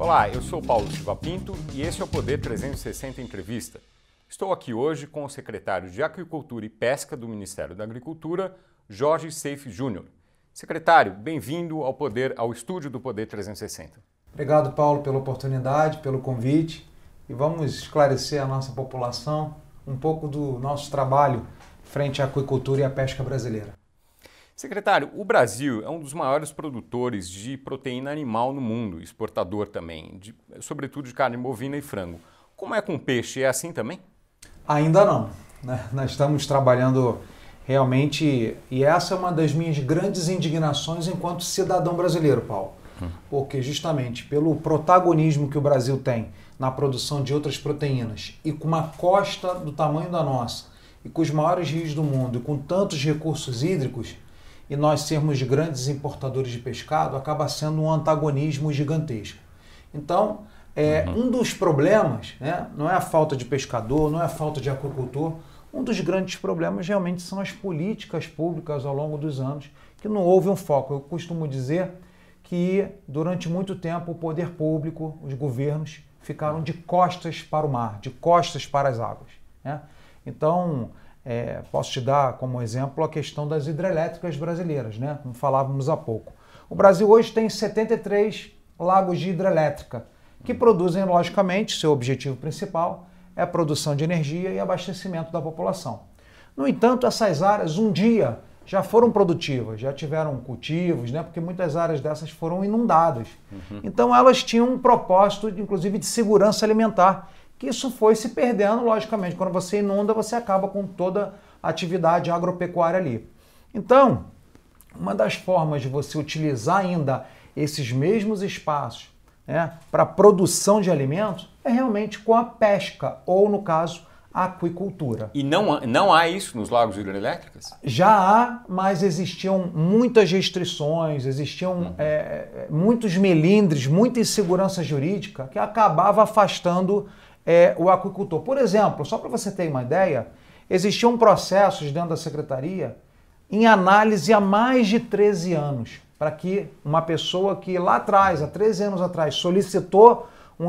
Olá, eu sou Paulo Silva Pinto e esse é o Poder 360 Entrevista. Estou aqui hoje com o secretário de Aquicultura e Pesca do Ministério da Agricultura, Jorge Seife Júnior. Secretário, bem-vindo ao estúdio do Poder 360. Obrigado, Paulo, pela oportunidade, pelo convite, e vamos esclarecer a nossa população um pouco do nosso trabalho frente à aquicultura e à pesca brasileira. Secretário, o Brasil é um dos maiores produtores de proteína animal no mundo, exportador também, sobretudo de carne bovina e frango. Como é com peixe? É assim também? Ainda não, né? Nós estamos trabalhando realmente, e essa é uma das minhas grandes indignações enquanto cidadão brasileiro, Paulo. Porque justamente pelo protagonismo que o Brasil tem na produção de outras proteínas e com uma costa do tamanho da nossa e com os maiores rios do mundo e com tantos recursos hídricos, e nós sermos grandes importadores de pescado, acaba sendo um antagonismo gigantesco. Então, um dos problemas, né, não é a falta de pescador, não é a falta de aquicultor, um dos grandes problemas realmente são as políticas públicas ao longo dos anos, que não houve um foco. Eu costumo dizer que durante muito tempo o poder público, os governos, ficaram de costas para o mar, de costas para as águas, né? Então, posso te dar como exemplo a questão das hidrelétricas brasileiras, né? Como falávamos há pouco. O Brasil hoje tem 73 lagos de hidrelétrica, que produzem, logicamente, seu objetivo principal é a produção de energia e abastecimento da população. No entanto, essas áreas um dia já foram produtivas, já tiveram cultivos, né? Porque muitas áreas dessas foram inundadas. Então elas tinham um propósito, inclusive, de segurança alimentar, que isso foi se perdendo, logicamente. Quando você inunda, você acaba com toda a atividade agropecuária ali. Então, uma das formas de você utilizar ainda esses mesmos espaços, né, para produção de alimentos é realmente com a pesca, ou no caso, a aquicultura. E não há isso nos lagos hidrelétricos? Já há, mas existiam muitas restrições, existiam muitos melindres, muita insegurança jurídica que acabava afastando o aquicultor. Por exemplo, só para você ter uma ideia, existiam processos dentro da secretaria em análise há mais de 13 anos, para que uma pessoa que lá atrás, há 13 anos atrás, solicitou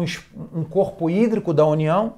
um corpo hídrico da União,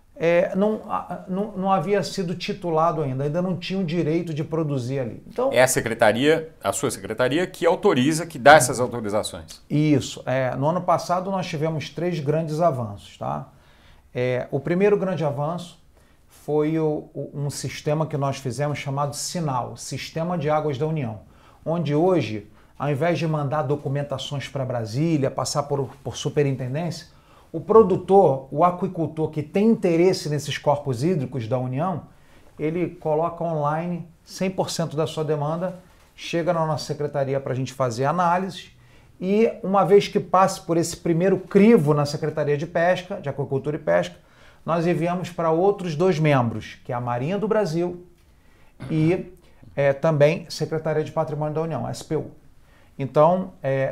não havia sido titulado ainda não tinha o direito de produzir ali. Então, é a sua secretaria, que autoriza, que dá essas autorizações. Isso. No ano passado nós tivemos 3 grandes avanços, tá? O primeiro grande avanço foi um sistema que nós fizemos chamado SINAL, Sistema de Águas da União, onde hoje, ao invés de mandar documentações para Brasília, passar por superintendência, o produtor, o aquicultor que tem interesse nesses corpos hídricos da União, ele coloca online 100% da sua demanda, chega na nossa secretaria para a gente fazer análise e, uma vez que passe por esse primeiro crivo na Secretaria de Pesca, de Aquicultura e Pesca, nós enviamos para outros 2 membros, que é a Marinha do Brasil e também Secretaria de Patrimônio da União, SPU. Então,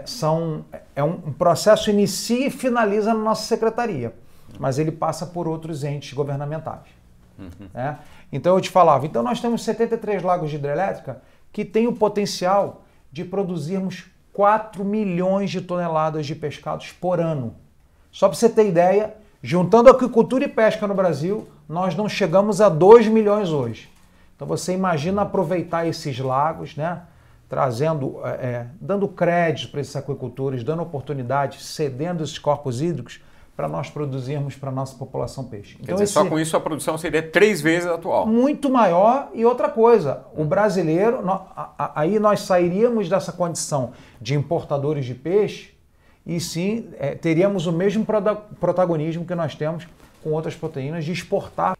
um processo inicia e finaliza na nossa secretaria, mas ele passa por outros entes governamentais. Né? Então, eu te falava, então nós temos 73 lagos de hidrelétrica que têm o potencial de produzirmos 4 milhões de toneladas de pescados por ano. Só para você ter ideia, juntando aquicultura e pesca no Brasil, nós não chegamos a 2 milhões hoje. Então, você imagina aproveitar esses lagos, né? Trazendo, dando crédito para esses aquicultores, dando oportunidade, cedendo esses corpos hídricos para nós produzirmos para a nossa população peixe. Quer dizer, só com isso a produção seria 3 vezes a atual. Muito maior. E outra coisa, o brasileiro, aí nós sairíamos dessa condição de importadores de peixe e sim teríamos o mesmo protagonismo que nós temos com outras proteínas de exportar.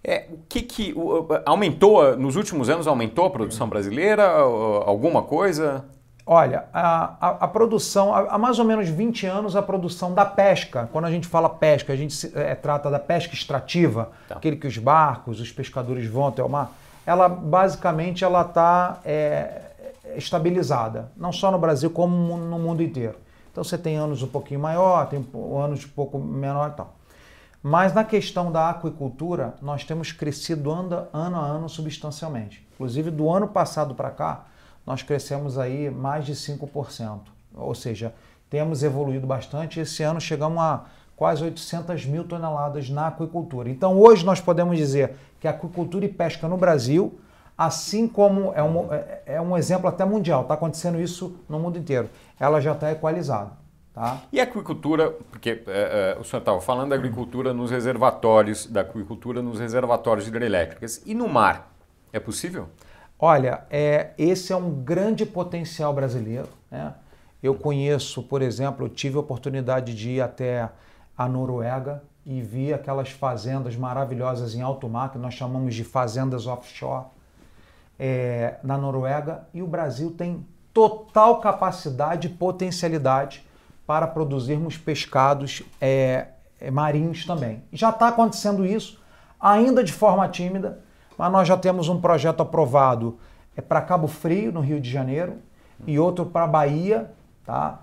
Aumentou, nos últimos anos aumentou a produção brasileira? Alguma coisa? Olha, a produção, há mais ou menos 20 anos, a produção da pesca, quando a gente fala pesca, a gente trata da pesca extrativa, aquele que os barcos, os pescadores vão até o mar, ela basicamente está estabilizada, não só no Brasil como no mundo inteiro. Então você tem anos um pouquinho maior, tem anos um pouco menor e tal. Mas na questão da aquicultura, nós temos crescido ano a ano substancialmente. Inclusive, do ano passado para cá, nós crescemos aí mais de 5%. Ou seja, temos evoluído bastante. Esse ano chegamos a quase 800 mil toneladas na aquicultura. Então hoje nós podemos dizer que a aquicultura e pesca no Brasil, assim como é um exemplo até mundial, está acontecendo isso no mundo inteiro, ela já está equalizada. Tá? E a aquicultura, porque o senhor estava falando da agricultura nos reservatórios, da aquicultura nos reservatórios hidrelétricos. E no mar, é possível? Olha, esse é um grande potencial brasileiro, né? Eu conheço, por exemplo, eu tive a oportunidade de ir até a Noruega e vi aquelas fazendas maravilhosas em alto mar, que nós chamamos de fazendas offshore, na Noruega, e o Brasil tem total capacidade e potencialidade para produzirmos pescados marinhos também. Já está acontecendo isso, ainda de forma tímida, mas nós já temos um projeto aprovado para Cabo Frio, no Rio de Janeiro, e outro para Bahia, tá?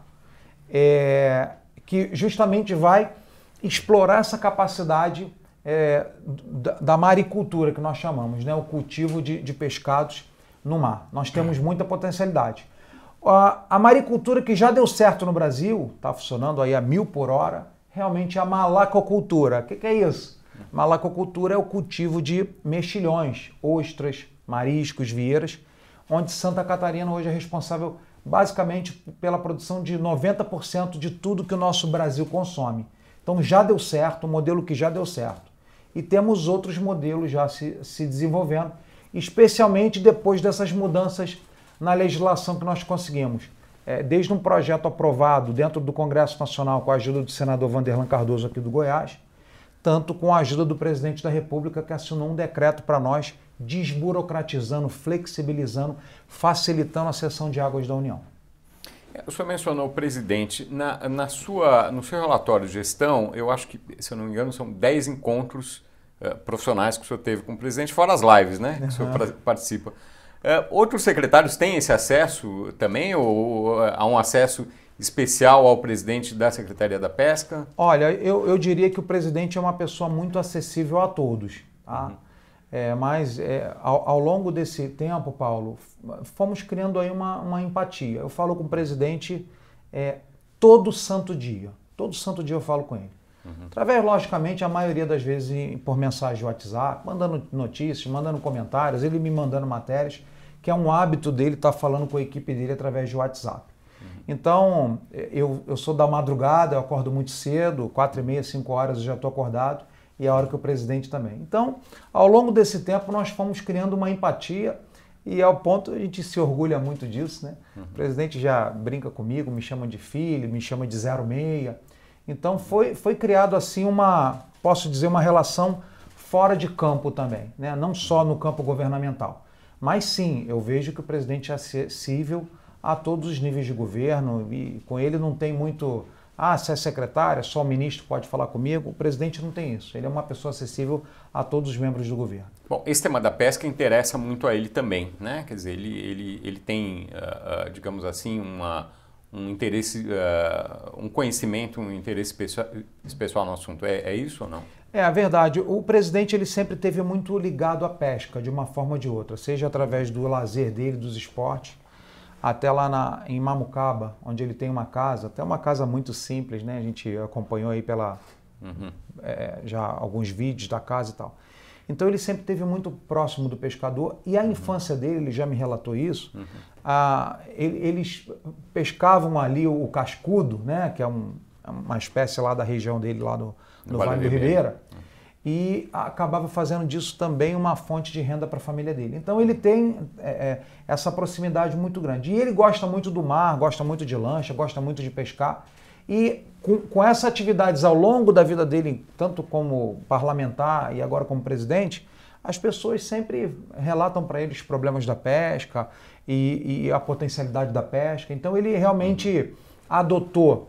Que justamente vai explorar essa capacidade da maricultura, que nós chamamos, né? O cultivo de pescados no mar. Nós temos muita potencialidade. A maricultura que já deu certo no Brasil, está funcionando aí a 1000 por hora, realmente é a malacocultura. O que é isso? Malacocultura é o cultivo de mexilhões, ostras, mariscos, vieiras, onde Santa Catarina hoje é responsável basicamente pela produção de 90% de tudo que o nosso Brasil consome. Então já deu certo, um modelo que já deu certo. E temos outros modelos já se desenvolvendo, especialmente depois dessas mudanças na legislação que nós conseguimos. Desde um projeto aprovado dentro do Congresso Nacional com a ajuda do senador Vanderlan Cardoso aqui do Goiás, tanto com a ajuda do presidente da República, que assinou um decreto para nós, desburocratizando, flexibilizando, facilitando a cessão de águas da União. O senhor mencionou o presidente. No seu relatório de gestão, eu acho que, se eu não me engano, são 10 encontros profissionais que o senhor teve com o presidente, fora as lives, né, que o senhor participa. Outros secretários têm esse acesso também, ou há um acesso especial ao presidente da Secretaria da Pesca? Olha, eu diria que o presidente é uma pessoa muito acessível a todos, tá? Mas ao longo desse tempo, Paulo, fomos criando aí uma empatia. Eu falo com o presidente todo santo dia eu falo com ele. Através, logicamente, a maioria das vezes por mensagem de WhatsApp, mandando notícias, mandando comentários, ele me mandando matérias, que é um hábito dele estar falando com a equipe dele através de WhatsApp. Então, eu sou da madrugada, eu acordo muito cedo, 4h30, 5 horas eu já estou acordado, e é a hora que o presidente também. Então, ao longo desse tempo, nós fomos criando uma empatia, e ao ponto, a gente se orgulha muito disso, né? O presidente já brinca comigo, me chama de filho, me chama de 06. Então, foi criado assim posso dizer, uma relação fora de campo também, né? Não só no campo governamental. Mas sim, eu vejo que o presidente é acessível a todos os níveis de governo, e com ele não tem muito, se é secretário, só o ministro pode falar comigo. O presidente não tem isso, ele é uma pessoa acessível a todos os membros do governo. Bom, esse tema da pesca interessa muito a ele também, né? Quer dizer, ele tem, digamos assim, um interesse, um conhecimento, um interesse especial no assunto. É isso ou não? É verdade. O presidente ele sempre esteve muito ligado à pesca, de uma forma ou de outra, seja através do lazer dele, dos esportes, até lá em Mamucaba, onde ele tem uma casa, até uma casa muito simples, né? A gente acompanhou aí já alguns vídeos da casa e tal. Então ele sempre esteve muito próximo do pescador, e a infância dele, ele já me relatou isso, eles pescavam ali o cascudo, né? Que é uma espécie lá da região dele, lá no Vale do Ribeira, e acabava fazendo disso também uma fonte de renda para a família dele. Então ele tem essa proximidade muito grande. E ele gosta muito do mar, gosta muito de lancha, gosta muito de pescar. E com essas atividades ao longo da vida dele, tanto como parlamentar e agora como presidente, as pessoas sempre relatam para ele os problemas da pesca e a potencialidade da pesca. Então ele realmente adotou,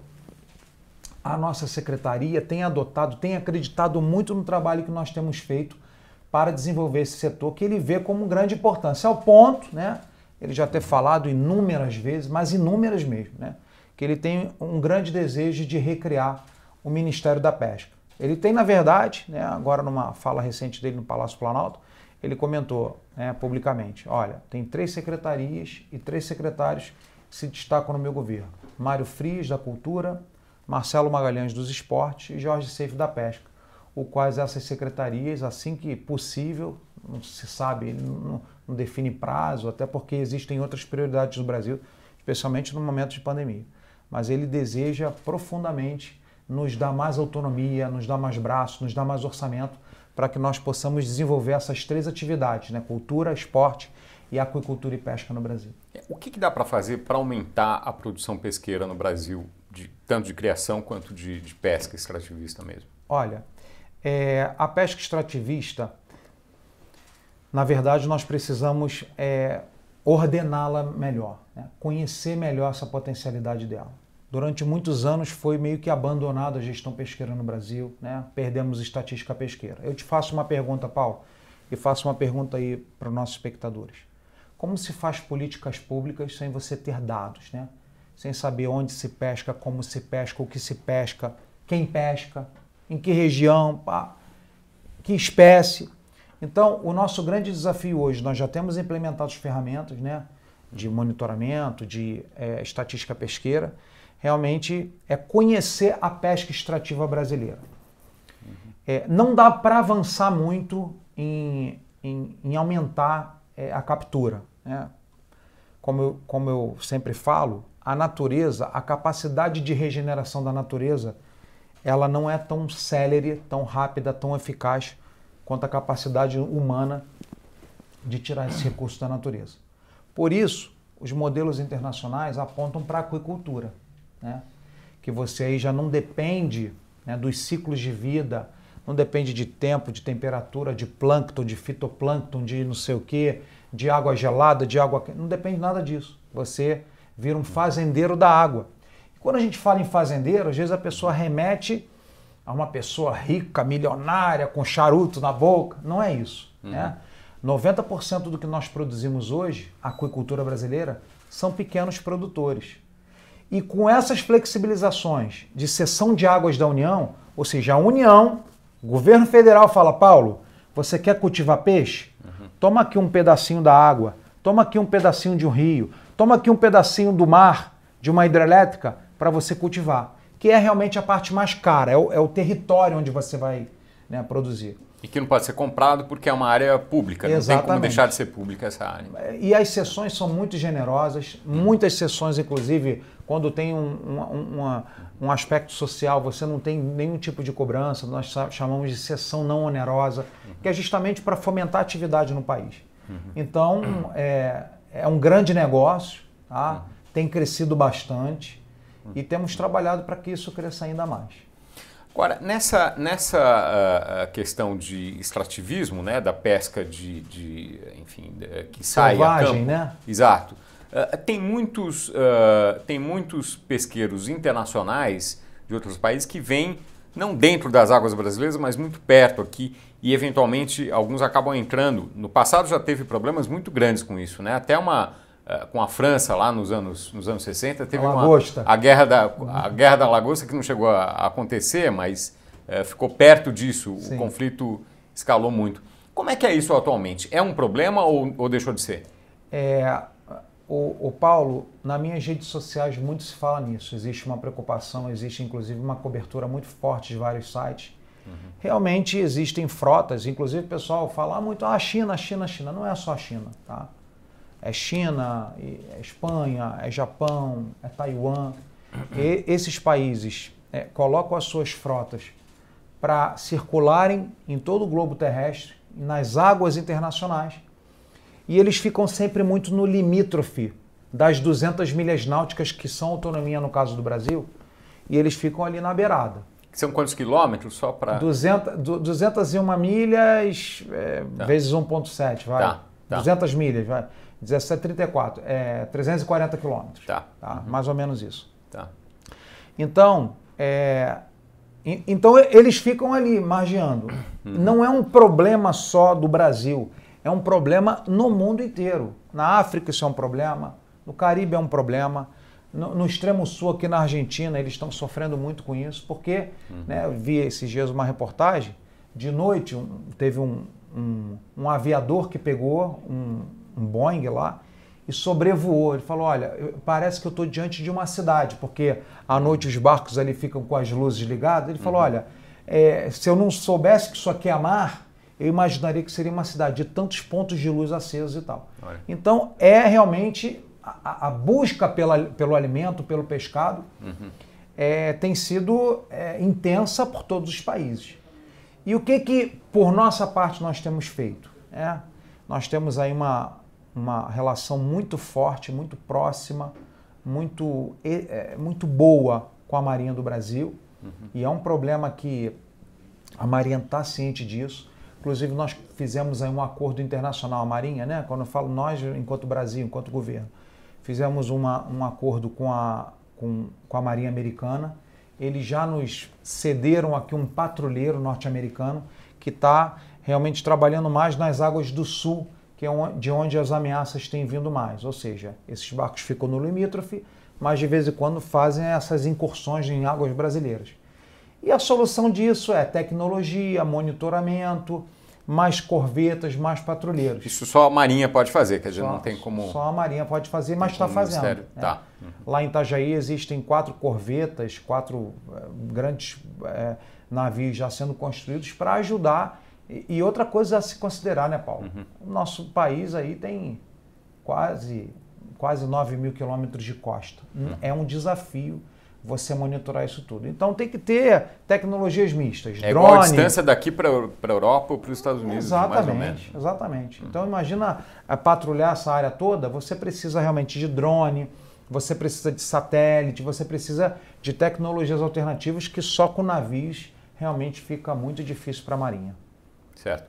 a nossa secretaria tem adotado, tem acreditado muito no trabalho que nós temos feito para desenvolver esse setor, que ele vê como grande importância, ao ponto, né, ele já ter falado inúmeras vezes, mas inúmeras mesmo, né, que ele tem um grande desejo de recriar o Ministério da Pesca. Ele tem, na verdade, né, agora numa fala recente dele no Palácio Planalto, ele comentou, né, publicamente, olha, tem 3 secretarias e 3 secretários que se destacam no meu governo. Mário Frias, da Cultura, Marcelo Magalhães, dos Esportes e Jorge Seif, da Pesca, o quais essas secretarias, assim que possível, não se sabe, ele não define prazo, até porque existem outras prioridades no Brasil, especialmente no momento de pandemia. Mas ele deseja profundamente nos dar mais autonomia, nos dar mais braços, nos dar mais orçamento para que nós possamos desenvolver essas 3 atividades, né? Cultura, esporte e aquicultura e pesca no Brasil. O que dá para fazer para aumentar a produção pesqueira no Brasil, tanto de criação quanto de pesca extrativista mesmo? Olha, a pesca extrativista, na verdade, nós precisamos ordená-la melhor, né? Conhecer melhor essa potencialidade dela. Durante muitos anos foi meio que abandonada a gestão pesqueira no Brasil, né? Perdemos estatística pesqueira. Eu te faço uma pergunta, Paulo, e faço uma pergunta aí para os nossos espectadores. Como se faz políticas públicas sem você ter dados, né? Sem saber onde se pesca, como se pesca, o que se pesca, quem pesca, em que região, que espécie. Então, o nosso grande desafio hoje, nós já temos implementado as ferramentas, né, de monitoramento, de estatística pesqueira, realmente é conhecer a pesca extrativa brasileira. Não dá para avançar muito em aumentar a captura, né? Como eu sempre falo, a natureza, a capacidade de regeneração da natureza, ela não é tão célere, tão rápida, tão eficaz quanto a capacidade humana de tirar esse recurso da natureza. Por isso, os modelos internacionais apontam para a aquicultura, né? Que você aí já não depende, né, dos ciclos de vida, não depende de tempo, de temperatura, de plâncton, de fitoplâncton, de não sei o quê, de água gelada, de água quente, não depende nada disso. Você vira um fazendeiro da água. E quando a gente fala em fazendeiro, às vezes a pessoa remete a uma pessoa rica, milionária, com charuto na boca. Não é isso, né? 90% do que nós produzimos hoje, a aquicultura brasileira, são pequenos produtores. E com essas flexibilizações de cessão de águas da União, ou seja, a União, o governo federal fala, Paulo, você quer cultivar peixe? Toma aqui um pedacinho da água, toma aqui um pedacinho de um rio, toma aqui um pedacinho do mar, de uma hidrelétrica, para você cultivar. Que é realmente a parte mais cara, é o território onde você vai, né, produzir. E que não pode ser comprado porque é uma área pública, não tem como deixar de ser pública essa área. E as cessões são muito generosas, muitas cessões, inclusive, quando tem um aspecto social, você não tem nenhum tipo de cobrança, nós chamamos de cessão não onerosa, que é justamente para fomentar a atividade no país. Então, é um grande negócio, tá? Tem crescido bastante e temos trabalhado para que isso cresça ainda mais. Agora, nessa questão de extrativismo, né, da pesca enfim, que sai a campo, né? Exato. Tem muitos pesqueiros internacionais de outros países que vêm, não dentro das águas brasileiras, mas muito perto aqui, e eventualmente alguns acabam entrando. No passado já teve problemas muito grandes com isso, né? Até com a França lá nos anos 60, teve a guerra da lagosta, que não chegou a acontecer, mas ficou perto disso. Sim. O conflito escalou muito. Como é que é isso atualmente? É um problema ou deixou de ser? O Paulo, nas minhas redes sociais muito se fala nisso. Existe uma preocupação, existe inclusive uma cobertura muito forte de vários sites. Realmente existem frotas, inclusive o pessoal fala muito, China. Não é só a China, tá? É China, é Espanha, é Japão, é Taiwan. E esses países colocam as suas frotas para circularem em todo o globo terrestre, nas águas internacionais. E eles ficam sempre muito no limítrofe das 200 milhas náuticas, que são autonomia no caso do Brasil, e eles ficam ali na beirada. São quantos quilômetros só para... 201 milhas vezes 1,7, vai. Tá. 200 milhas, vai. 17,34, 340 quilômetros. Tá. Mais ou menos isso. Tá. Então, eles ficam ali margeando. Não é um problema só do Brasil, é um problema no mundo inteiro. Na África isso é um problema, no Caribe é um problema, no extremo sul aqui na Argentina eles estão sofrendo muito com isso, porque né, eu vi esses dias uma reportagem, de noite teve um aviador que pegou um Boeing lá e sobrevoou. Ele falou, olha, parece que eu estou diante de uma cidade, porque à noite os barcos ali ficam com as luzes ligadas. Ele falou, olha, se eu não soubesse que isso aqui é mar, eu imaginaria que seria uma cidade de tantos pontos de luz acesos e tal. Olha. Então, é realmente a busca pelo alimento, pelo pescado, tem sido intensa por todos os países. E o que por nossa parte, nós temos feito? Nós temos aí uma relação muito forte, muito próxima, muito boa com a Marinha do Brasil. E é um problema que a Marinha está ciente disso. Inclusive, nós fizemos aí um acordo internacional, a Marinha, né? Quando eu falo nós, enquanto Brasil, enquanto governo, fizemos um acordo com a Marinha Americana. Eles já nos cederam aqui um patrulheiro norte-americano que está realmente trabalhando mais nas águas do sul, que é de onde as ameaças têm vindo mais. Ou seja, esses barcos ficam no limítrofe, mas de vez em quando fazem essas incursões em águas brasileiras. E a solução disso é tecnologia, monitoramento, mais corvetas, mais patrulheiros. Isso só a Marinha pode fazer, quer dizer, não tem como... Só a Marinha pode fazer, mas está fazendo. Né? Tá. Lá em Itajaí existem 4 corvetas, 4 grandes navios já sendo construídos para ajudar. E outra coisa a se considerar, né, Paulo? O nosso país aí tem quase 9 mil quilômetros de costa. É um desafio você monitorar isso tudo. Então tem que ter tecnologias mistas. É igual a distância daqui para a Europa ou para os Estados Unidos, mais ou menos. Exatamente. Então imagina patrulhar essa área toda, você precisa realmente de drone, você precisa de satélite, você precisa de tecnologias alternativas que só com navios realmente fica muito difícil para a Marinha. Certo.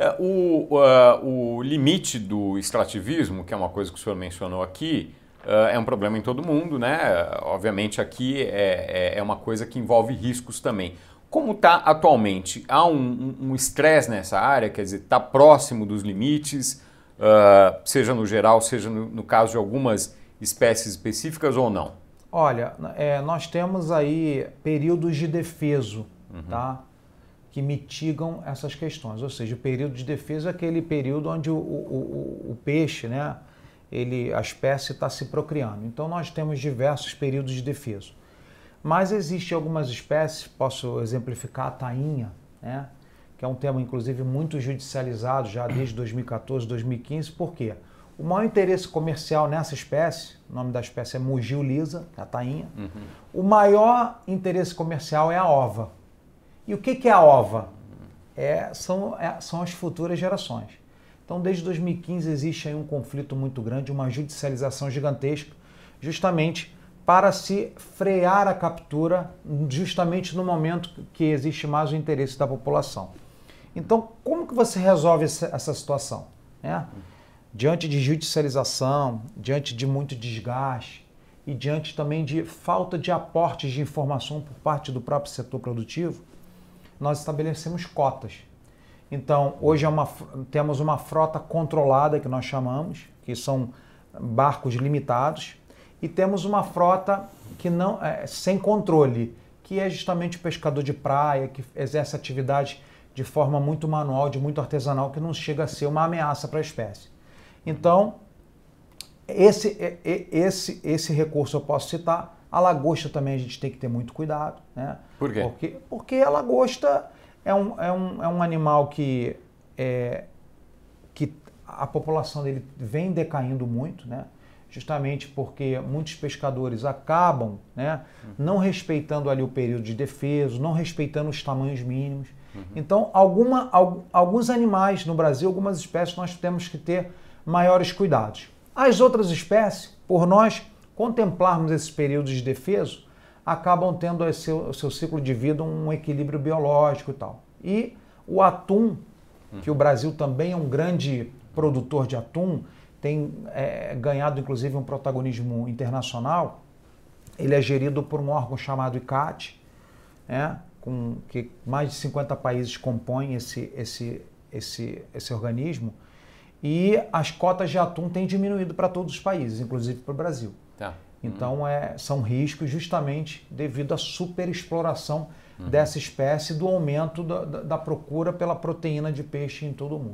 O limite do extrativismo, que é uma coisa que o senhor mencionou aqui, é um problema em todo mundo, né? Obviamente aqui é uma coisa que envolve riscos também. Como está atualmente? Há um estresse nessa área, quer dizer, está próximo dos limites, seja no geral, seja no caso de algumas espécies específicas ou não? Olha, nós temos aí períodos de defeso, tá? Que mitigam essas questões. Ou seja, o período de defesa é aquele período onde o peixe, né? A espécie está se procriando. Então nós temos diversos períodos de defesa. Mas existem algumas espécies, posso exemplificar a tainha, né? Que é um tema inclusive muito judicializado já desde 2014, 2015. Por quê? O maior interesse comercial nessa espécie, o nome da espécie é Mugil lisa, a tainha. O maior interesse comercial é a ova. E o que é a ova? São as futuras gerações. Então, desde 2015 existe aí um conflito muito grande, uma judicialização gigantesca, justamente para se frear a captura, justamente no momento que existe mais o interesse da população. Então, como que você resolve essa situação? Diante de judicialização, diante de muito desgaste e diante também de falta de aportes de informação por parte do próprio setor produtivo, nós estabelecemos cotas. Então, hoje temos uma frota controlada, que nós chamamos, que são barcos limitados, e temos uma frota que não sem controle, que é justamente o pescador de praia, que exerce atividade de forma muito manual, de muito artesanal, que não chega a ser uma ameaça para a espécie. Então, esse recurso eu posso citar. A lagosta também a gente tem que ter muito cuidado, né? Por quê? Porque a lagosta é um animal que a população dele vem decaindo muito, né? Justamente porque muitos pescadores acabam, né, não respeitando ali o período de defeso, não respeitando os tamanhos mínimos. Então, alguns animais no Brasil, algumas espécies, nós temos que ter maiores cuidados. As outras espécies, por nós contemplarmos esses períodos de defeso, acabam tendo o seu ciclo de vida um equilíbrio biológico e tal. E o atum, que o Brasil também é um grande produtor de atum, tem ganhado inclusive um protagonismo internacional. Ele é gerido por um órgão chamado ICAT, que mais de 50 países compõem esse organismo, e as cotas de atum têm diminuído para todos os países, inclusive para o Brasil. Tá. Então são riscos justamente devido à superexploração dessa espécie, do aumento da procura pela proteína de peixe em todo o mundo.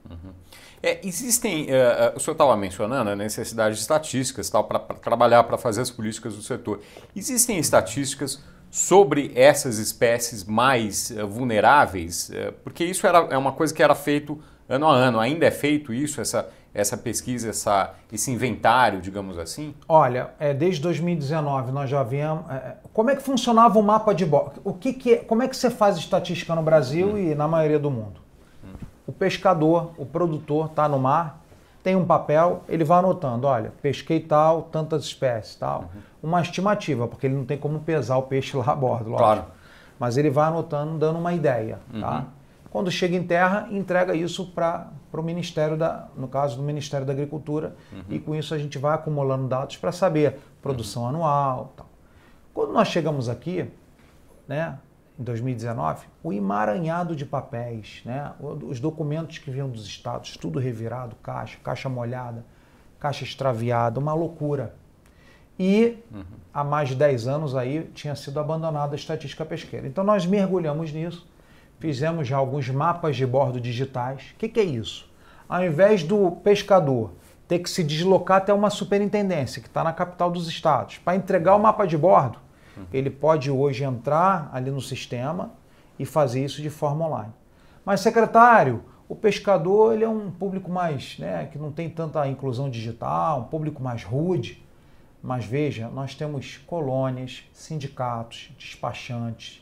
Existem, o senhor estava mencionando a necessidade de estatísticas para trabalhar, para fazer as políticas do setor. Existem estatísticas sobre essas espécies mais vulneráveis? Porque isso é uma coisa que era feito ano a ano. Ainda é feito isso, essa pesquisa, esse inventário, digamos assim? Olha, desde 2019 nós já vemos... como é que funcionava o mapa de bordo? Como é que você faz estatística no Brasil e na maioria do mundo? O pescador, o produtor está no mar, tem um papel, ele vai anotando, olha, pesquei tal, tantas espécies, tal. Uma estimativa, porque ele não tem como pesar o peixe lá a bordo, lógico. Claro. Mas ele vai anotando, dando uma ideia, tá? Quando chega em terra, entrega isso para o Ministério no caso do Ministério da Agricultura, e com isso a gente vai acumulando dados para saber produção anual, tal. Quando nós chegamos aqui, né, em 2019, o emaranhado de papéis, né, os documentos que vinham dos estados, tudo revirado, caixa molhada, caixa extraviada, uma loucura. E há mais de 10 anos aí tinha sido abandonada a estatística pesqueira. Então nós mergulhamos nisso, fizemos já alguns mapas de bordo digitais. O que é isso? Ao invés do pescador ter que se deslocar até uma superintendência que está na capital dos estados para entregar o mapa de bordo, ele pode hoje entrar ali no sistema e fazer isso de forma online. Mas, secretário, o pescador ele é um público mais, né, que não tem tanta inclusão digital, um público mais rude. Mas veja, nós temos colônias, sindicatos, despachantes,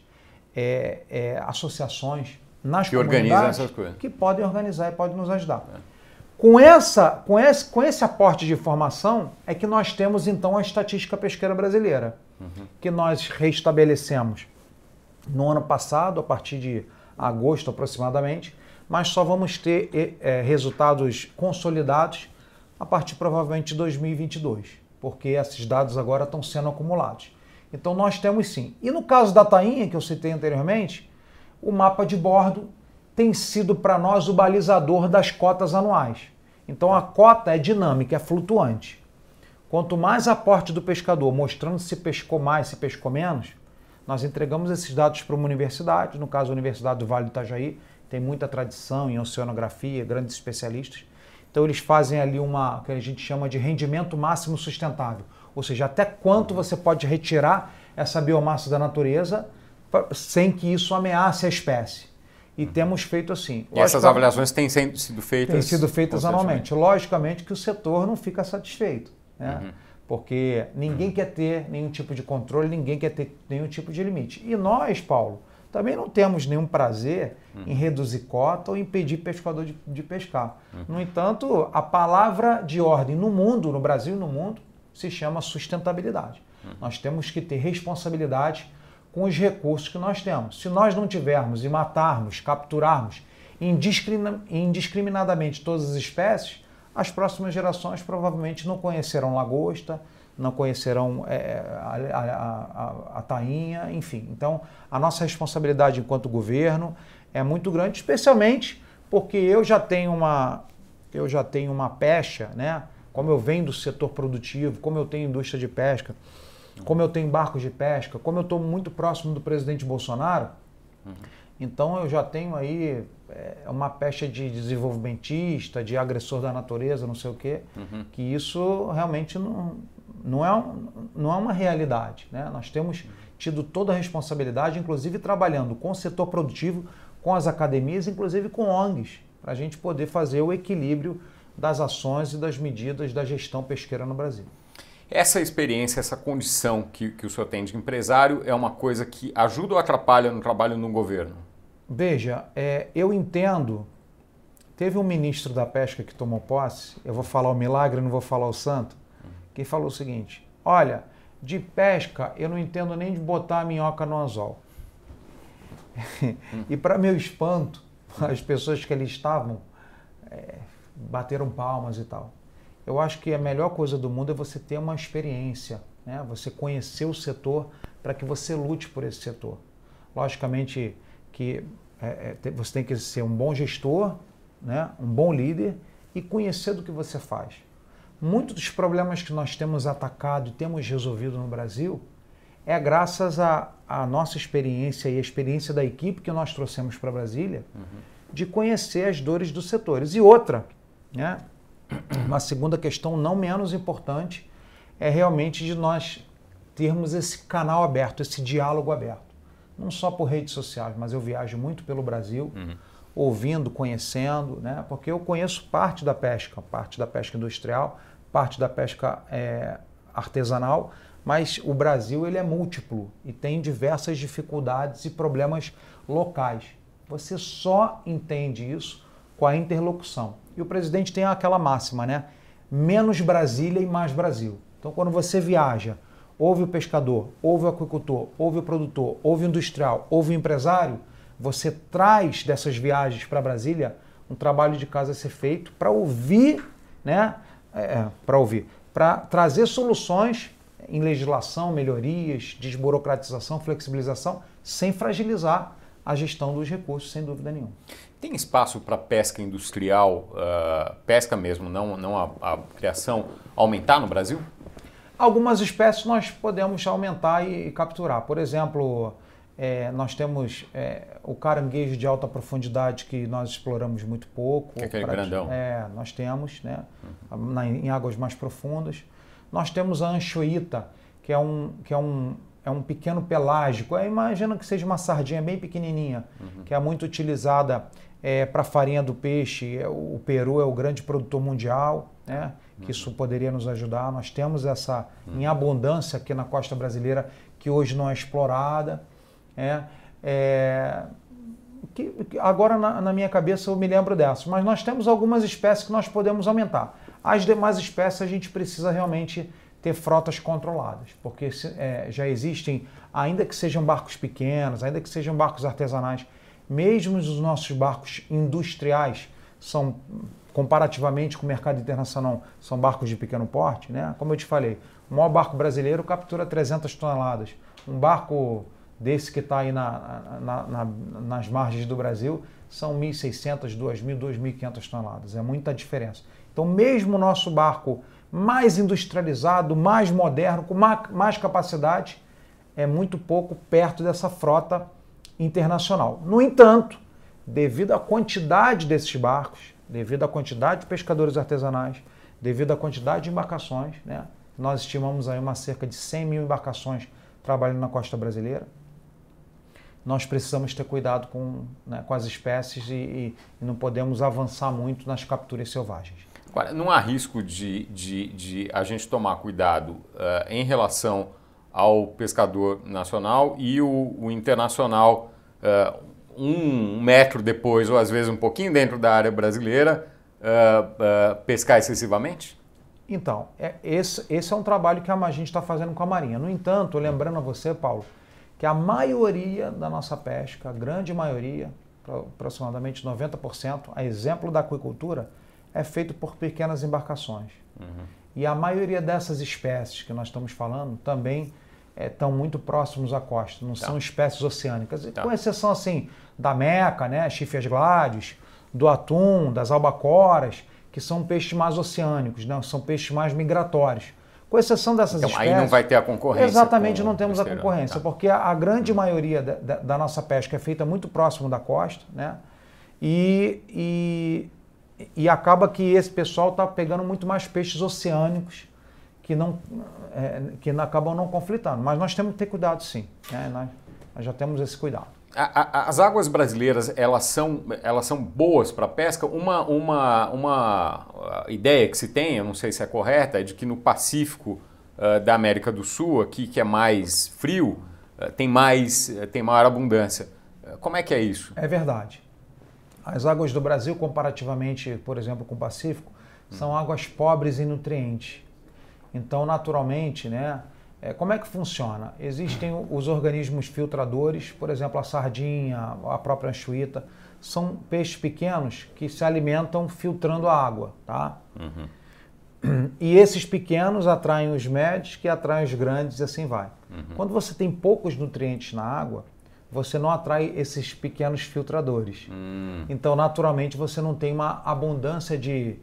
associações nas comunidades essas coisas, que podem organizar e podem nos ajudar. Com esse aporte de informação é que nós temos então a estatística pesqueira brasileira, que nós restabelecemos no ano passado, a partir de agosto aproximadamente, mas só vamos ter resultados consolidados a partir provavelmente de 2022, porque esses dados agora estão sendo acumulados. Então nós temos sim. E no caso da tainha, que eu citei anteriormente, o mapa de bordo tem sido para nós o balizador das cotas anuais. Então a cota é dinâmica, é flutuante. Quanto mais aporte do pescador, mostrando se pescou mais, se pescou menos, nós entregamos esses dados para uma universidade, no caso a Universidade do Vale do Itajaí, tem muita tradição em oceanografia, grandes especialistas. Então eles fazem ali o que a gente chama de rendimento máximo sustentável, ou seja, até quanto você pode retirar essa biomassa da natureza sem que isso ameace a espécie. E temos feito assim. E essas avaliações têm sido feitas? Têm sido feitas anualmente. Logicamente que o setor não fica satisfeito, né? Porque ninguém quer ter nenhum tipo de controle, ninguém quer ter nenhum tipo de limite. E nós, Paulo, também não temos nenhum prazer em reduzir cota ou impedir pescador de pescar. No entanto, a palavra de ordem no mundo, no Brasil e no mundo, se chama sustentabilidade. Nós temos que ter responsabilidade com os recursos que nós temos. Se nós não tivermos e matarmos, capturarmos indiscriminadamente todas as espécies, as próximas gerações provavelmente não conhecerão lagosta, não conhecerão a tainha, enfim. Então, a nossa responsabilidade enquanto governo é muito grande, especialmente porque eu já tenho uma pecha, né? Como eu venho do setor produtivo, como eu tenho indústria de pesca, como eu tenho barcos de pesca, como eu estou muito próximo do presidente Bolsonaro, então eu já tenho aí uma pecha de desenvolvimentista, de agressor da natureza, não sei o quê, que isso realmente não é uma realidade, né? Nós temos tido toda a responsabilidade, inclusive trabalhando com o setor produtivo, com as academias, inclusive com ONGs, para a gente poder fazer o equilíbrio das ações e das medidas da gestão pesqueira no Brasil. Essa experiência, essa condição que o senhor tem de empresário é uma coisa que ajuda ou atrapalha no trabalho no governo? Veja, eu entendo, teve um ministro da pesca que tomou posse, eu vou falar o milagre, não vou falar o santo, que falou o seguinte: olha, de pesca eu não entendo nem de botar a minhoca no anzol. E para meu espanto, as pessoas que ali estavam bateram palmas e tal. Eu acho que a melhor coisa do mundo é você ter uma experiência, né? Você conhecer o setor para que você lute por esse setor. Logicamente que você tem que ser um bom gestor, né? Um bom líder e conhecer do que você faz. Muitos dos problemas que nós temos atacado e temos resolvido no Brasil é graças à nossa experiência e a experiência da equipe que nós trouxemos para Brasília, de conhecer as dores dos setores. E outra, né, uma segunda questão não menos importante, é realmente de nós termos esse canal aberto, esse diálogo aberto. Não só por redes sociais, mas eu viajo muito pelo Brasil, ouvindo, conhecendo, né? Porque eu conheço parte da pesca industrial, parte da pesca artesanal, mas o Brasil ele é múltiplo e tem diversas dificuldades e problemas locais. Você só entende isso com a interlocução. E o presidente tem aquela máxima, né? Menos Brasília e mais Brasil. Então, quando você viaja, ouve o pescador, ouve o aquicultor, ouve o produtor, ouve o industrial, ouve o empresário, você traz dessas viagens para Brasília um trabalho de casa a ser feito para ouvir, né? Para trazer soluções em legislação, melhorias, desburocratização, flexibilização, sem fragilizar a gestão dos recursos, sem dúvida nenhuma. Tem espaço para pesca industrial, pesca mesmo, não a criação, aumentar no Brasil? Algumas espécies nós podemos aumentar e capturar. Por exemplo, nós temos o caranguejo de alta profundidade que nós exploramos muito pouco. Que é aquele grandão. Nós temos, né, em águas mais profundas. Nós temos a anchoíta, que é um pequeno pelágico. Imagina que seja uma sardinha bem pequenininha, que é muito utilizada para farinha do peixe. O Peru é o grande produtor mundial, né? Que isso poderia nos ajudar. Nós temos essa em abundância aqui na costa brasileira, que hoje não é explorada. Agora na minha cabeça eu me lembro dessas, mas nós temos algumas espécies que nós podemos aumentar. As demais espécies a gente precisa realmente ter frotas controladas, porque já existem, ainda que sejam barcos pequenos, ainda que sejam barcos artesanais, mesmo os nossos barcos industriais são, comparativamente com o mercado internacional, são barcos de pequeno porte, né? Como eu te falei, o maior barco brasileiro captura 300 toneladas. Um barco desse que está aí nas margens do Brasil são 1.600, 2.000, 2.500 toneladas. É muita diferença. Então, mesmo o nosso barco mais industrializado, mais moderno, com mais capacidade, é muito pouco perto dessa frota internacional. No entanto, devido à quantidade desses barcos, devido à quantidade de pescadores artesanais, devido à quantidade de embarcações, né, nós estimamos aí cerca de 100 mil embarcações trabalhando na costa brasileira. Nós precisamos ter cuidado com as espécies e não podemos avançar muito nas capturas selvagens. Agora, não há risco de a gente tomar cuidado em relação ao pescador nacional e o internacional um metro depois, ou às vezes um pouquinho dentro da área brasileira, pescar excessivamente? Então, esse é um trabalho que a gente está fazendo com a Marinha. No entanto, lembrando a você, Paulo, que a maioria da nossa pesca, a grande maioria, aproximadamente 90%, a exemplo da aquicultura, é feito por pequenas embarcações. E a maioria dessas espécies que nós estamos falando também estão muito próximos à costa, não são espécies oceânicas, com exceção assim da meca, né, chifres gládios, do atum, das albacoras, que são peixes mais oceânicos, né, são peixes mais migratórios. Com exceção dessas espécies... Aí não vai ter a concorrência. Exatamente, não temos a concorrência, porque a grande maioria da nossa pesca é feita muito próximo da costa, né? E acaba que esse pessoal está pegando muito mais peixes oceânicos que acabam não conflitando. Mas nós temos que ter cuidado, sim, né? Nós já temos esse cuidado. As águas brasileiras, elas são boas para pesca? Uma ideia que se tem, eu não sei se é correta, é de que no Pacífico da América do Sul, aqui que é mais frio, tem maior abundância. Como é que é isso? É verdade. As águas do Brasil, comparativamente, por exemplo, com o Pacífico, são águas pobres em nutrientes. Então, naturalmente, né? Como é que funciona? Existem os organismos filtradores, por exemplo, a sardinha, a própria anchoíta, são peixes pequenos que se alimentam filtrando a água, tá? E esses pequenos atraem os médios, que atraem os grandes e assim vai. Quando você tem poucos nutrientes na água, você não atrai esses pequenos filtradores. Então, naturalmente, você não tem uma abundância de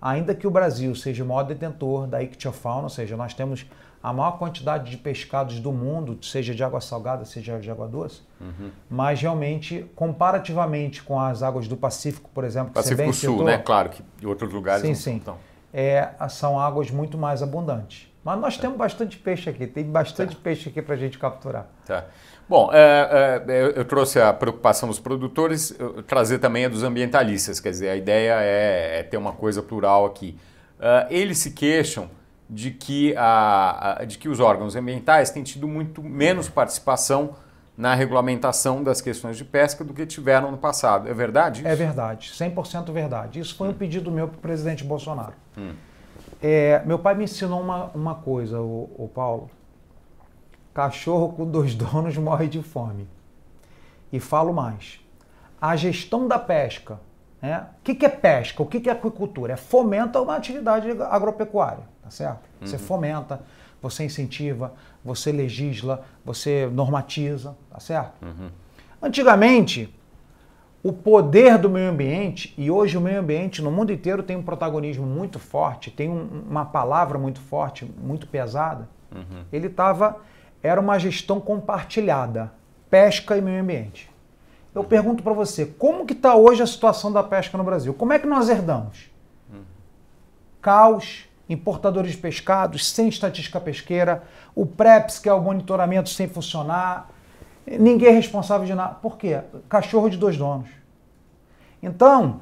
ainda que o Brasil seja o maior detentor da ictiofauna, ou seja, nós temos a maior quantidade de pescados do mundo, seja de água salgada, seja de água doce, mas realmente, comparativamente com as águas do Pacífico, por exemplo, que Pacífico você bem Sul, citou, né? Claro que em outros lugares sim, não sim, são. são águas muito mais abundantes. Mas nós temos bastante peixe aqui, tem bastante peixe aqui para a gente capturar. Tá. Bom, eu trouxe a preocupação dos produtores, trazer também a dos ambientalistas, quer dizer, a ideia é ter uma coisa plural aqui. Eles se queixam de que os órgãos ambientais têm tido muito menos participação na regulamentação das questões de pesca do que tiveram no passado. É verdade isso? É verdade, 100% verdade. Isso foi um pedido meu para o presidente Bolsonaro. Meu pai me ensinou uma coisa, o Paulo. Cachorro com 2 donos morre de fome. E falo mais. A gestão da pesca, né? O que é pesca? O que é aquicultura? Fomenta uma atividade agropecuária, tá certo? Você fomenta, você incentiva, você legisla, você normatiza, tá certo? Antigamente, o poder do meio ambiente, e hoje o meio ambiente no mundo inteiro tem um protagonismo muito forte, tem uma palavra muito forte, muito pesada, era uma gestão compartilhada, pesca e meio ambiente. Eu pergunto para você, como que está hoje a situação da pesca no Brasil? Como é que nós herdamos? Caos, importadores de pescados, sem estatística pesqueira, o PREPS, que é o monitoramento sem funcionar, ninguém é responsável de nada. Por quê? Cachorro de 2 donos. Então,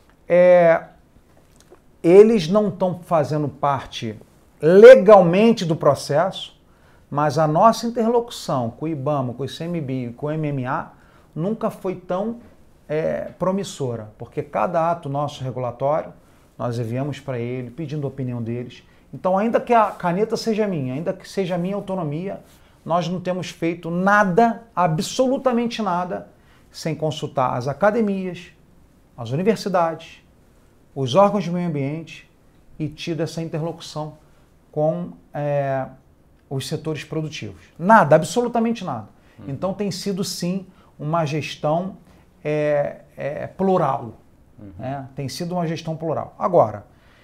eles não estão fazendo parte legalmente do processo, mas a nossa interlocução com o IBAMA, com o ICMBio e com o MMA nunca foi tão promissora, porque cada ato nosso regulatório, nós enviamos para ele, pedindo a opinião deles. Então, ainda que a caneta seja minha, ainda que seja a minha autonomia, nós não temos feito nada, absolutamente nada, sem consultar as academias, as universidades, os órgãos de meio ambiente e tido essa interlocução com os setores produtivos. Nada, absolutamente nada. Então tem sido sim uma gestão plural. Tem sido uma gestão plural. Agora,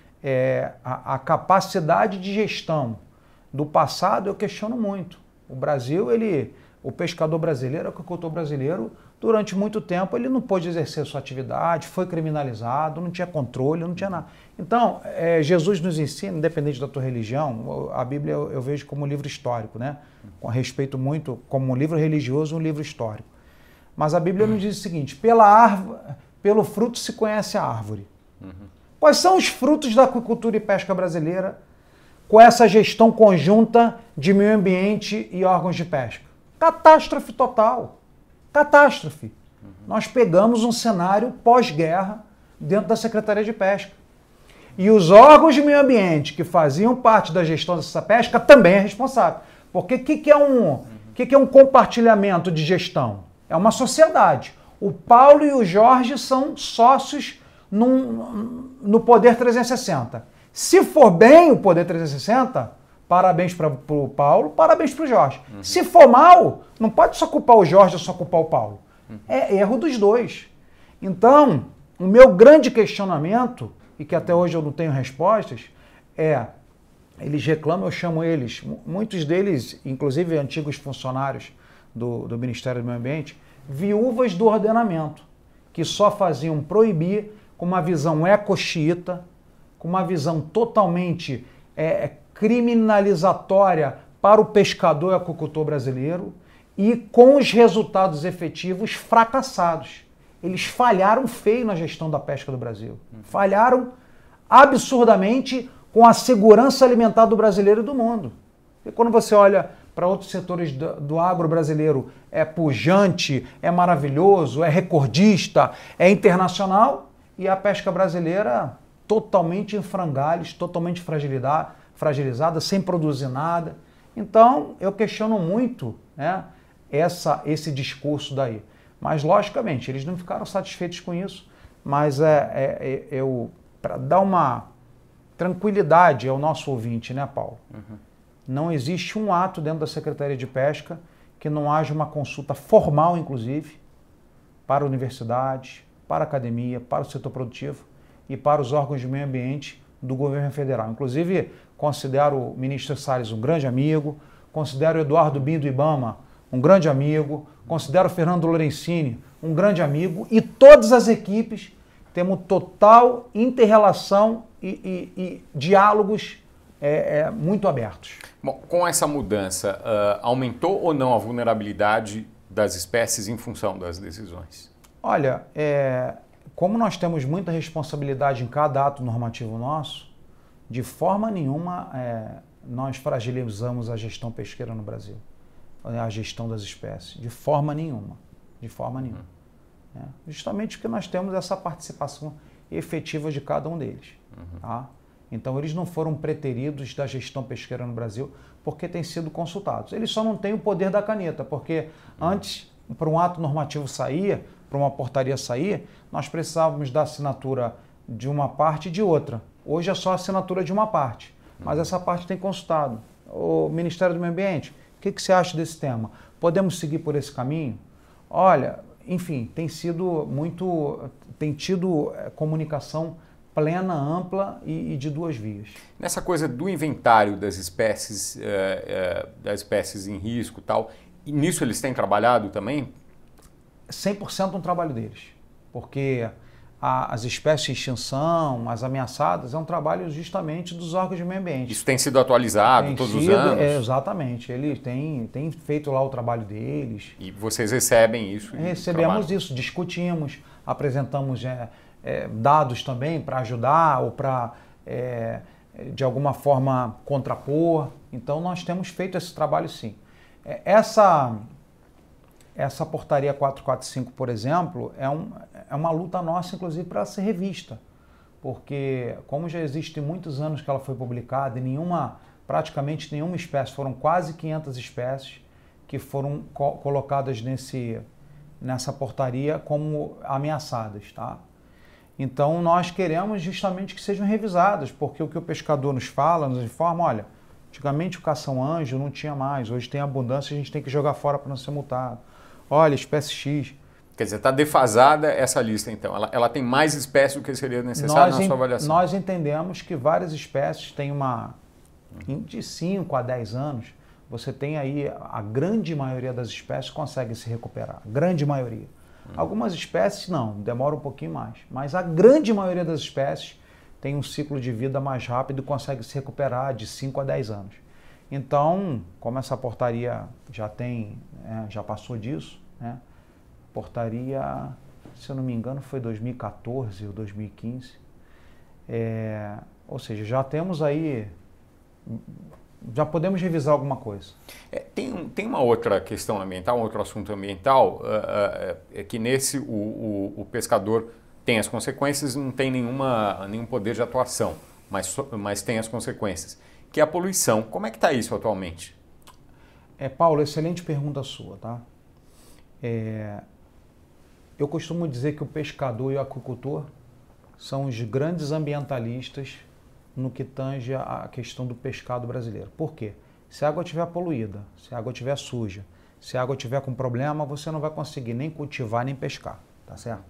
a capacidade de gestão do passado eu questiono muito. O Brasil, o pescador brasileiro, o agricultor brasileiro, durante muito tempo ele não pôde exercer sua atividade, foi criminalizado, não tinha controle, não tinha nada. Então, Jesus nos ensina, independente da tua religião, a Bíblia eu vejo como um livro histórico, né? Com respeito muito, como um livro religioso, um livro histórico. Mas a Bíblia nos diz o seguinte, pelo fruto se conhece a árvore. Quais são os frutos da aquicultura e pesca brasileira com essa gestão conjunta de meio ambiente e órgãos de pesca? Catástrofe total. Catástrofe. Nós pegamos um cenário pós-guerra dentro da Secretaria de Pesca. E os órgãos de meio ambiente que faziam parte da gestão dessa pesca também é responsável. Porque o que é um compartilhamento de gestão? É uma sociedade. O Paulo e o Jorge são sócios no Poder 360. Se for bem o Poder 360, parabéns para o Paulo, parabéns para o Jorge. Se for mal, não pode só culpar o Jorge ou só culpar o Paulo. É erro dos dois. Então, o meu grande questionamento, e que até hoje eu não tenho respostas, eles reclamam, eu chamo eles, muitos deles, inclusive antigos funcionários do Ministério do Meio Ambiente, viúvas do ordenamento, que só faziam proibir com uma visão eco-xiita, com uma visão totalmente criminalizatória para o pescador e aquicultor brasileiro e com os resultados efetivos fracassados. Eles falharam feio na gestão da pesca do Brasil. Falharam absurdamente com a segurança alimentar do brasileiro e do mundo. E quando você olha para outros setores do agro brasileiro, é pujante, é maravilhoso, é recordista, é internacional, e a pesca brasileira totalmente em frangalhos, totalmente fragilizada, sem produzir nada. Então, eu questiono muito, né, esse discurso daí. Mas, logicamente, eles não ficaram satisfeitos com isso, mas para dar uma tranquilidade ao nosso ouvinte, né, Paulo? Não existe um ato dentro da Secretaria de Pesca que não haja uma consulta formal, inclusive, para universidades, para a academia, para o setor produtivo e para os órgãos de meio ambiente do governo federal. Inclusive, considero o ministro Salles um grande amigo, considero o Eduardo Bin do IBAMA um grande amigo, considero o Fernando Lorenzini um grande amigo, e todas as equipes temos total inter-relação e diálogos muito abertos. Bom, com essa mudança, aumentou ou não a vulnerabilidade das espécies em função das decisões? Olha, como nós temos muita responsabilidade em cada ato normativo nosso, de forma nenhuma nós fragilizamos a gestão pesqueira no Brasil, a gestão das espécies, de forma nenhuma, justamente porque nós temos essa participação efetiva de cada um deles. Tá? Então eles não foram preteridos da gestão pesqueira no Brasil porque têm sido consultados. Eles só não têm o poder da caneta, porque antes, para um ato normativo sair, para uma portaria sair, nós precisávamos da assinatura de uma parte e de outra. Hoje é só a assinatura de uma parte, mas essa parte tem consultado. O Ministério do Meio Ambiente, o que você acha desse tema? Podemos seguir por esse caminho? Olha, enfim, tem tido comunicação plena, ampla e de duas vias. Nessa coisa do inventário das espécies em risco e tal, e nisso eles têm trabalhado também? 100% um trabalho deles, porque as espécies em extinção, as ameaçadas, é um trabalho justamente dos órgãos de meio ambiente. Isso tem sido atualizado todos os anos? Exatamente, eles têm feito lá o trabalho deles. E vocês recebem isso? Recebemos isso, discutimos, apresentamos dados também para ajudar ou para, de alguma forma, contrapor. Então, nós temos feito esse trabalho, sim. Essa portaria 445, por exemplo, é uma luta nossa, inclusive, para ser revista. Porque, como já existe muitos anos que ela foi publicada, e praticamente nenhuma espécie, foram quase 500 espécies que foram colocadas nessa portaria como ameaçadas, tá? Então, nós queremos justamente que sejam revisadas, porque o que o pescador nos fala, nos informa, olha, antigamente o cação-anjo não tinha mais, hoje tem abundância, a gente tem que jogar fora para não ser multado. Olha, espécie X. Quer dizer, está defasada essa lista, então. Ela tem mais espécies do que seria necessário na sua avaliação? Nós entendemos que várias espécies têm de 5 a 10 anos, você tem aí, a grande maioria das espécies consegue se recuperar, a grande maioria. Algumas espécies não, demora um pouquinho mais, mas a grande maioria das espécies tem um ciclo de vida mais rápido e consegue se recuperar de 5 a 10 anos. Então, como essa portaria já passou disso, né? Portaria, se eu não me engano, foi 2014 ou 2015. Ou seja, já temos aí, já podemos revisar alguma coisa. Tem uma outra questão ambiental, um outro assunto ambiental, que nesse o pescador tem as consequências, não tem nenhum poder de atuação, mas tem as consequências, que é a poluição. Como é que está isso atualmente? Paulo, excelente pergunta sua, tá? Eu costumo dizer que o pescador e o aquicultor são os grandes ambientalistas no que tange a questão do pescado brasileiro. Por quê? Se a água estiver poluída, se a água estiver suja, se a água estiver com problema, você não vai conseguir nem cultivar nem pescar, tá certo?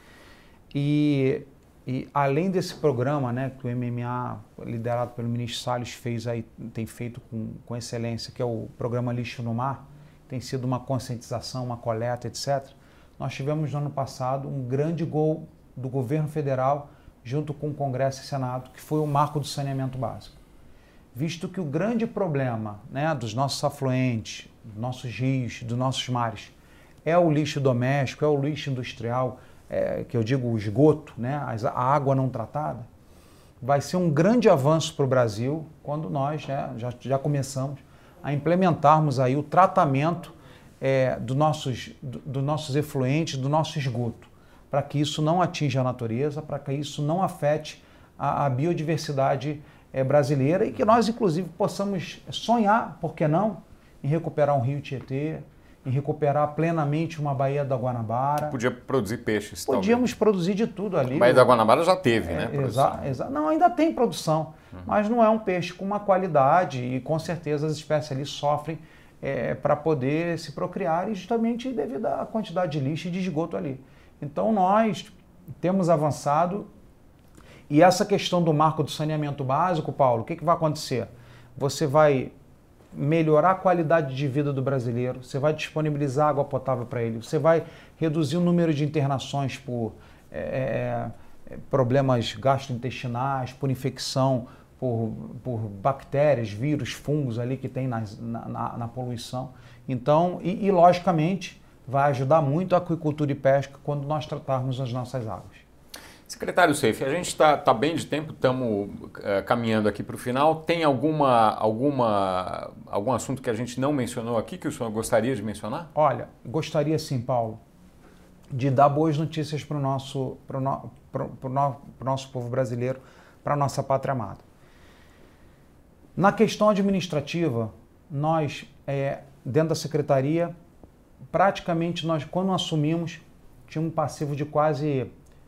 E além desse programa, né, que o MMA, liderado pelo ministro Salles, tem feito com excelência, que é o programa Lixo no Mar, tem sido uma conscientização, uma coleta, etc. Nós tivemos no ano passado um grande gol do governo federal junto com o Congresso e Senado, que foi o marco do saneamento básico. Visto que o grande problema, né, dos nossos afluentes, dos nossos rios, dos nossos mares, é o lixo doméstico, é o lixo industrial, que eu digo o esgoto, né, a água não tratada, vai ser um grande avanço para o Brasil quando nós, né, já começamos a implementarmos aí o tratamento dos nossos efluentes, do nosso esgoto, para que isso não atinja a natureza, para que isso não afete a biodiversidade brasileira e que nós, inclusive, possamos sonhar, por que não, em recuperar um rio Tietê, em recuperar plenamente uma Baía da Guanabara. Podia produzir peixes, Podíamos produzir de tudo ali. A Baía da Guanabara já teve, né? Não, ainda tem produção, mas não é um peixe com uma qualidade e com certeza as espécies ali sofrem para poder se procriar e justamente devido à quantidade de lixo e de esgoto ali. Então nós temos avançado E essa questão do marco do saneamento básico, Paulo, o que vai acontecer? Você vai melhorar a qualidade de vida do brasileiro, você vai disponibilizar água potável para ele, você vai reduzir o número de internações por problemas gastrointestinais, por infecção, por bactérias, vírus, fungos ali que tem na poluição. Então, e logicamente, vai ajudar muito a aquicultura e pesca quando nós tratarmos as nossas águas. Secretário Seifi, a gente está bem de tempo, estamos caminhando aqui para o final. Tem algum assunto que a gente não mencionou aqui que o senhor gostaria de mencionar? Olha, gostaria sim, Paulo, de dar boas notícias para o nosso povo brasileiro, para a nossa pátria amada. Na questão administrativa, nós, dentro da Secretaria, praticamente nós, quando assumimos, tínhamos um passivo de quase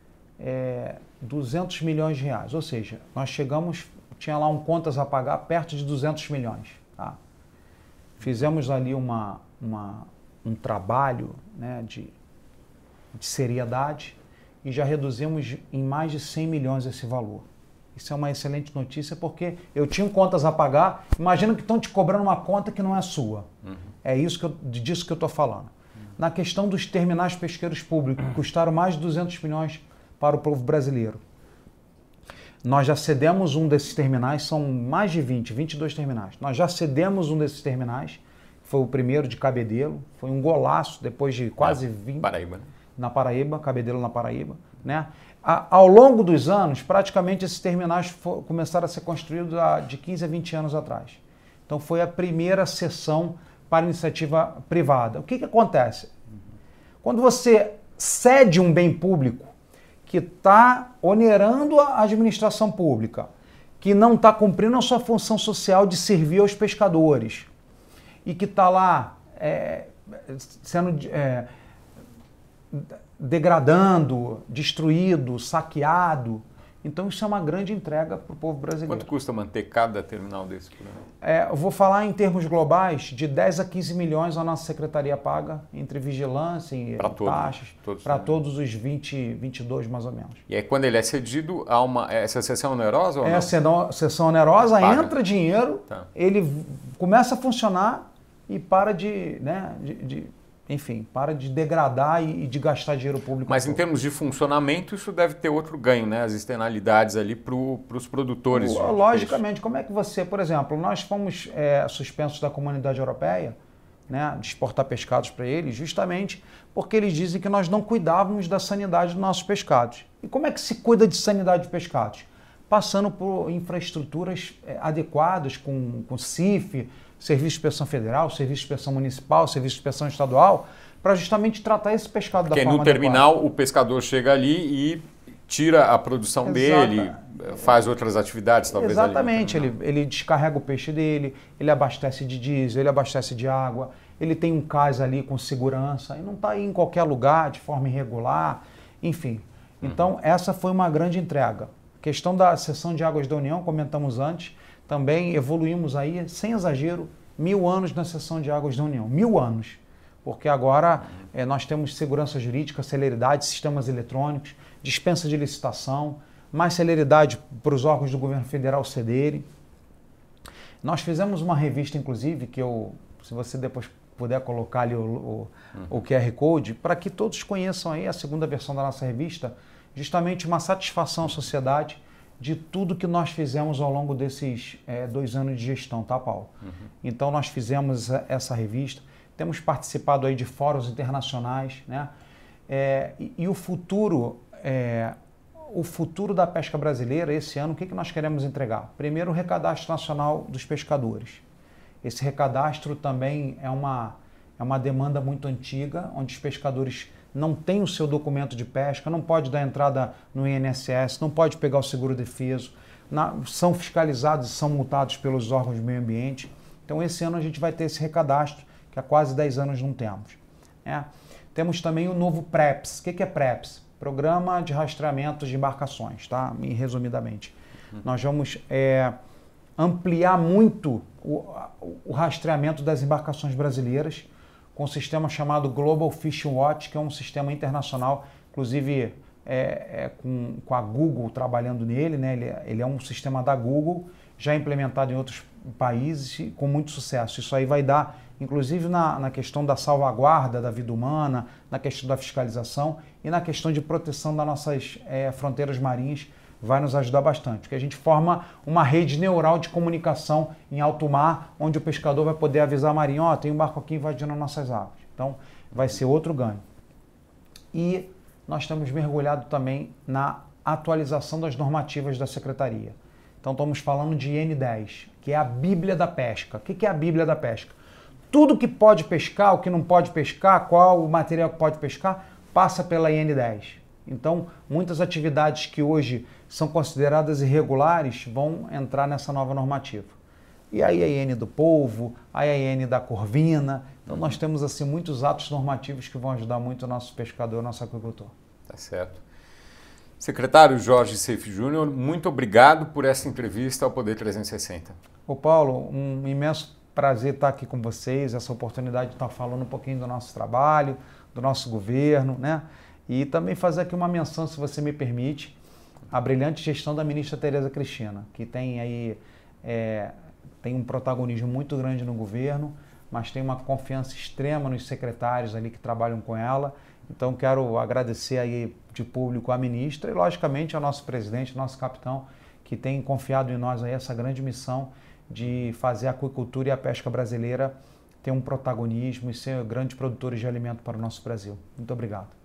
200 milhões de reais, ou seja, nós chegamos, tinha lá contas a pagar perto de 200 milhões. Tá? Fizemos ali um trabalho, né, de seriedade e já reduzimos em mais de 100 milhões esse valor. Isso é uma excelente notícia porque eu tinha contas a pagar, imagina que estão te cobrando uma conta que não é sua. É disso que eu estou falando. Na questão dos terminais pesqueiros públicos, custaram mais de 200 milhões para o povo brasileiro. Nós já cedemos um desses terminais, são mais de 22 terminais. Nós já cedemos um desses terminais, foi o primeiro de Cabedelo, foi um golaço depois de quase 20... Paraíba. Na Paraíba, Cabedelo na Paraíba, né? Ao longo dos anos, praticamente esses terminais começaram a ser construídos de 15 a 20 anos atrás. Então foi a primeira cessão para iniciativa privada. O que acontece? Quando você cede um bem público que está onerando a administração pública, que não está cumprindo a sua função social de servir aos pescadores e que está lá sendo degradando, destruído, saqueado. Então isso é uma grande entrega para o povo brasileiro. Quanto custa manter cada terminal desse por ano? Eu vou falar em termos globais, de 10 a 15 milhões a nossa secretaria paga, entre vigilância e taxas, para todos os 22 mais ou menos. E aí quando ele é cedido, há essa cessão onerosa ou não? É cessão onerosa, entra dinheiro, ele começa a funcionar e para enfim, para de degradar e de gastar dinheiro público. Mas em termos de funcionamento, isso deve ter outro ganho, né? As externalidades ali para os produtores. Logicamente, como é que você, por exemplo, nós fomos suspensos da Comunidade Europeia, né, de exportar pescados para eles, justamente porque eles dizem que nós não cuidávamos da sanidade dos nossos pescados. E como é que se cuida de sanidade de pescados? Passando por infraestruturas adequadas, com CIF, Serviço de Inspeção Federal, Serviço de Inspeção Municipal, Serviço de Inspeção Estadual, para justamente tratar esse pescado da forma adequada. Porque no terminal o pescador chega ali e tira a produção dele, faz outras atividades talvez. Exatamente, ele descarrega o peixe dele, ele abastece de diesel, ele abastece de água, ele tem um cais ali com segurança, e não está aí em qualquer lugar de forma irregular, enfim. Então essa foi uma grande entrega. A questão da cessão de águas da União, comentamos antes, também evoluímos aí, sem exagero, 1000 anos na cessão de águas da União. 1000 anos. Porque agora nós temos segurança jurídica, celeridade, sistemas eletrônicos, dispensa de licitação, mais celeridade para os órgãos do governo federal cederem. Nós fizemos uma revista, inclusive, que se você depois puder colocar ali o QR Code, para que todos conheçam aí a segunda versão da nossa revista, justamente uma satisfação à sociedade de tudo que nós fizemos ao longo desses 2 anos de gestão, tá, Paulo? Então nós fizemos essa revista, temos participado aí de fóruns internacionais, né? E o futuro da pesca brasileira, esse ano, o que nós queremos entregar? Primeiro, o Recadastro Nacional dos Pescadores. Esse recadastro também é uma demanda muito antiga, onde os pescadores não têm o seu documento de pesca, não pode dar entrada no INSS, não pode pegar o seguro-defeso, são fiscalizados e são multados pelos órgãos de meio ambiente. Então esse ano a gente vai ter esse recadastro, que há quase 10 anos não temos. Temos também o novo PREPS. O que é PREPS? Programa de Rastreamento de Embarcações, tá? Resumidamente. Nós vamos ampliar muito o rastreamento das embarcações brasileiras, com um sistema chamado Global Fishing Watch, que é um sistema internacional, inclusive com a Google trabalhando nele, né? Ele é um sistema da Google, já implementado em outros países e com muito sucesso. Isso aí vai dar, inclusive na questão da salvaguarda da vida humana, na questão da fiscalização e na questão de proteção das nossas fronteiras marinhas, vai nos ajudar bastante, porque a gente forma uma rede neural de comunicação em alto mar, onde o pescador vai poder avisar a marinha, ó, tem um barco aqui invadindo as nossas águas. Então, vai ser outro ganho. E nós estamos mergulhados também na atualização das normativas da Secretaria. Então, estamos falando de IN10, que é a Bíblia da Pesca. O que é a Bíblia da Pesca? Tudo que pode pescar, o que não pode pescar, qual o material que pode pescar, passa pela IN10. Então, muitas atividades que hoje são consideradas irregulares vão entrar nessa nova normativa. E aí a IN do polvo, a IN da corvina. Então, nós temos assim muitos atos normativos que vão ajudar muito o nosso pescador, o nosso agricultor. Tá certo. Secretário Jorge Seife Júnior, muito obrigado por essa entrevista ao Poder 360. Ô Paulo, um imenso prazer estar aqui com vocês, essa oportunidade de estar falando um pouquinho do nosso trabalho, do nosso governo, né? E também fazer aqui uma menção, se você me permite, à brilhante gestão da ministra Tereza Cristina, que tem aí tem um protagonismo muito grande no governo, mas tem uma confiança extrema nos secretários ali que trabalham com ela. Então quero agradecer aí de público à ministra e logicamente ao nosso presidente, ao nosso capitão, que tem confiado em nós aí essa grande missão de fazer a aquicultura e a pesca brasileira ter um protagonismo e ser grandes produtores de alimento para o nosso Brasil. Muito obrigado.